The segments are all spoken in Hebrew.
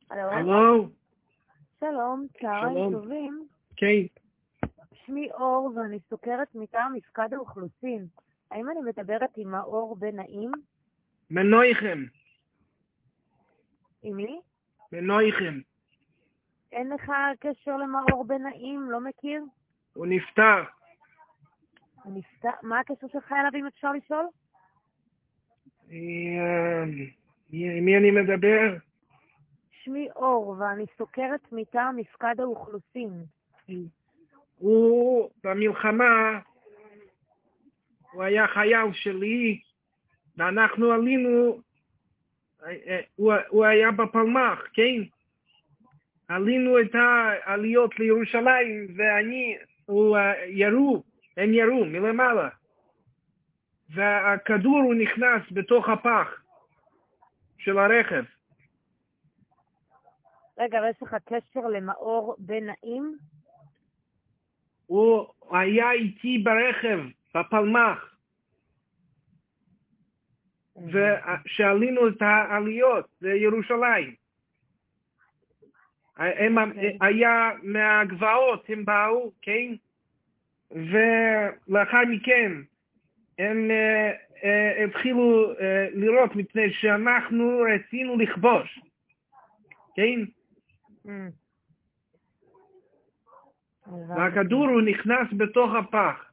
הלו? שלום, צהריים שלום. טובים. כן. שמי אור ואני סוקרת מטעם מפקד האוכלוסין. האם אני מדברת עם מאור בן נעים? מנויכם. עם מי? מנויכם. אין לך קשר למאור בן נעים? לא מכיר? הוא נפטר. הוא נפטר? מה הקשר שלך אליו אם אפשר לשאול? עם מי אני מדבר? שמי אור ואני סוקרת מטעם מפקד האוכלוסין. הוא במלחמה, הוא היה חייל שלי, ואנחנו עלינו, הוא היה בפלמ"ח, כן? עלינו את העליות לירושלים, הם ירו מלמעלה. והכדור הוא נכנס בתוך הפח של הרכב. רגע, יש לך קשר למאור בן נעים? הוא היה איתי ברכב, בפלמ"ח. ושעלינו את העליות לירושלים. היה מהגבעות, הם באו, כן? ולאחר מכן הם התחילו לראות מפני שאנחנו רצינו לכבוש, כן? והכדור הוא נכנס בתוך הפח.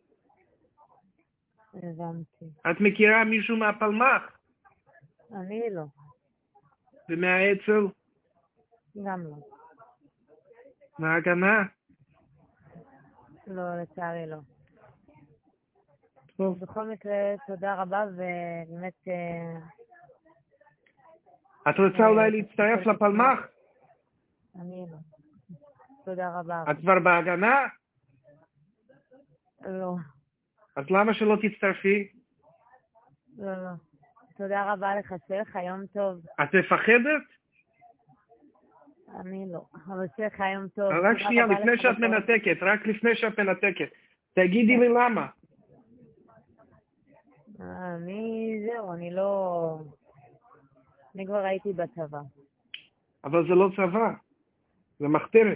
הבנתי. את מכירה מישהו מהפלמ"ח? אני לא. ומהאצ"ל? גם לא. מההגנה? לא, לצערי לא. טוב. בכל מקרה, תודה רבה, ובאמת... את רוצה אולי להצטרף לפלמ"ח? אני לא. תודה רבה. את כבר בהגנה? לא. אז למה שלא תצטרפי? לא. תודה רבה לך, שיהיה לך יום טוב. את מפחדת? אני לא, אבל שיהיה לך יום טוב. רק שנייה, לפני שאת מנתקת, רק לפני שאת מנתקת. תגידי לי למה. אני לא... אני כבר הייתי בצבא. אבל זה לא צבא, זה מחתרת.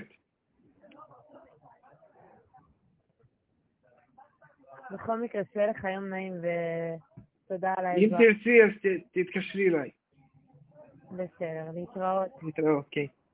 בכל מקרה, שיהיה לך יום נעים ותודה על אם העזרה. תרצי, אז תתקשרי אליי. בסדר, להתראות. להתראות, כן.